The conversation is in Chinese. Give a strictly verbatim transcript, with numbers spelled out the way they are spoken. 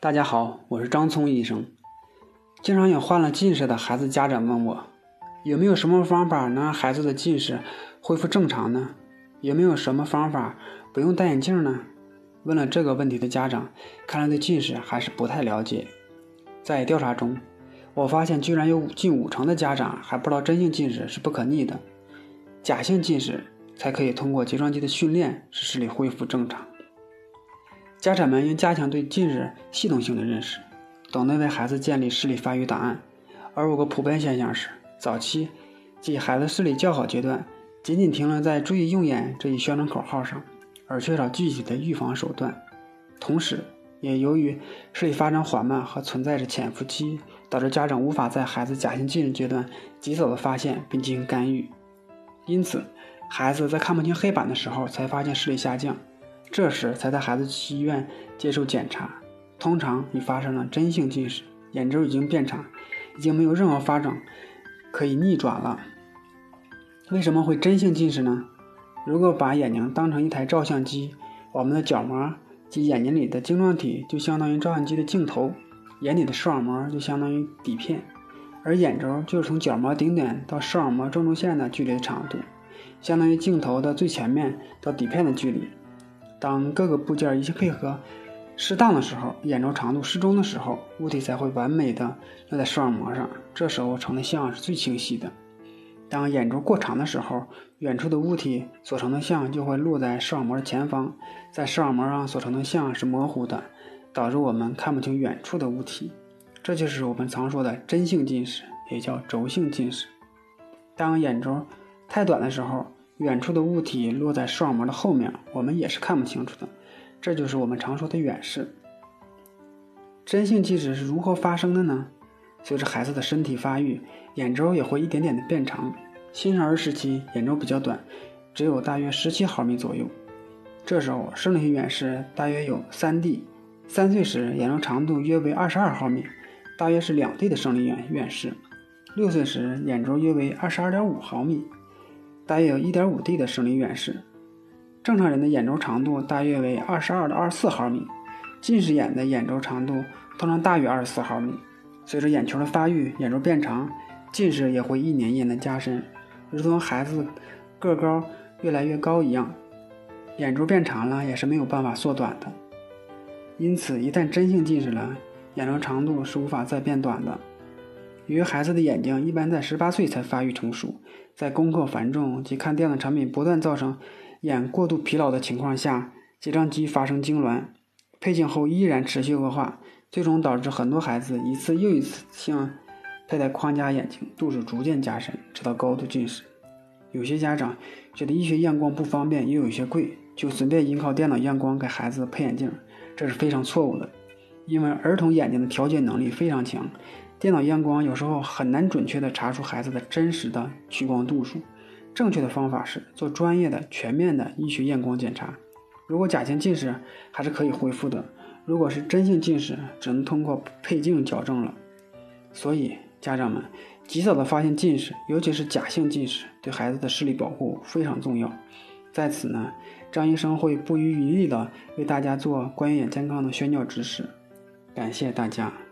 大家好，我是张聪医生。经常有患了近视的孩子家长问我，有没有什么方法能让孩子的近视恢复正常呢？有没有什么方法不用戴眼镜呢？问了这个问题的家长，看来对近视还是不太了解。在调查中，我发现居然有近五成的家长还不知道真性近视是不可逆的，假性近视才可以通过睫状肌的训练使视力恢复正常。家长们应加强对近视系统性的认识，懂得为孩子建立视力发育档案。而有个普遍现象是，早期即孩子视力较好阶段，仅仅停留在注意用眼这一宣传口号上，而缺少具体的预防手段。同时也由于视力发展缓慢和存在着潜伏期，导致家长无法在孩子假性近视阶段及早的发现并进行干预。因此孩子在看不清黑板的时候才发现视力下降，这时才带孩子去医院接受检查，通常已发生了真性近视，眼周已经变长，已经没有任何发展可以逆转了。为什么会真性近视呢？如果把眼睛当成一台照相机，我们的角膜及眼睛里的晶状体就相当于照相机的镜头，眼底的视网膜就相当于底片，而眼轴就是从角膜顶点到视网膜中轴线的距离的长度，相当于镜头的最前面到底片的距离。当各个部件一起配合适当的时候，眼轴长度适中的时候，物体才会完美的落在视网膜上，这时候成的像是最清晰的。当眼轴过长的时候，远处的物体所成的像就会落在视网膜的前方，在视网膜上所成的像是模糊的，导致我们看不清远处的物体。这就是我们常说的真性近视，也叫轴性近视。当眼轴太短的时候，远处的物体落在视网膜的后面，我们也是看不清楚的，这就是我们常说的远视。真性近视是如何发生的呢？随着孩子的身体发育，眼周也会一点点的变长。新生儿时期眼周比较短，只有大约十七毫米左右，这时候生理性远视大约有 三 D。 三岁时眼周长度约为二十二毫米，大约是两 D 的生理远视。六岁时眼周约为 二十二点五毫米，大约有 一点五 D 的生理远视。正常人的眼周长度大约为二十二到二十四毫米，近视眼的眼周长度通常大于二十四毫米。随着眼球的发育，眼周变长，近视也会一年一年的加深，如同孩子个高越来越高一样，眼周变长了也是没有办法缩短的。因此一旦真性近视了，眼周长度是无法再变短的。由于孩子的眼睛一般在十八岁才发育成熟，在功课繁重及看电子产品不断造成眼过度疲劳的情况下，睫状肌发生痉挛，配镜后依然持续恶化，最终导致很多孩子一次又一次性佩戴框架眼镜，度数逐渐加深，直到高度近视。有些家长觉得医学验光不方便又有些贵，就随便依靠电脑验光给孩子配眼镜，这是非常错误的。因为儿童眼睛的调节能力非常强，电脑验光有时候很难准确地查出孩子的真实的屈光度数。正确的方法是做专业的全面的医学验光检查。如果假性近视还是可以恢复的，如果是真性近视只能通过配镜矫正了。所以家长们及早的发现近视，尤其是假性近视，对孩子的视力保护非常重要。在此呢，张医生会不遗余力的为大家做关于眼健康的宣教知识。感谢大家。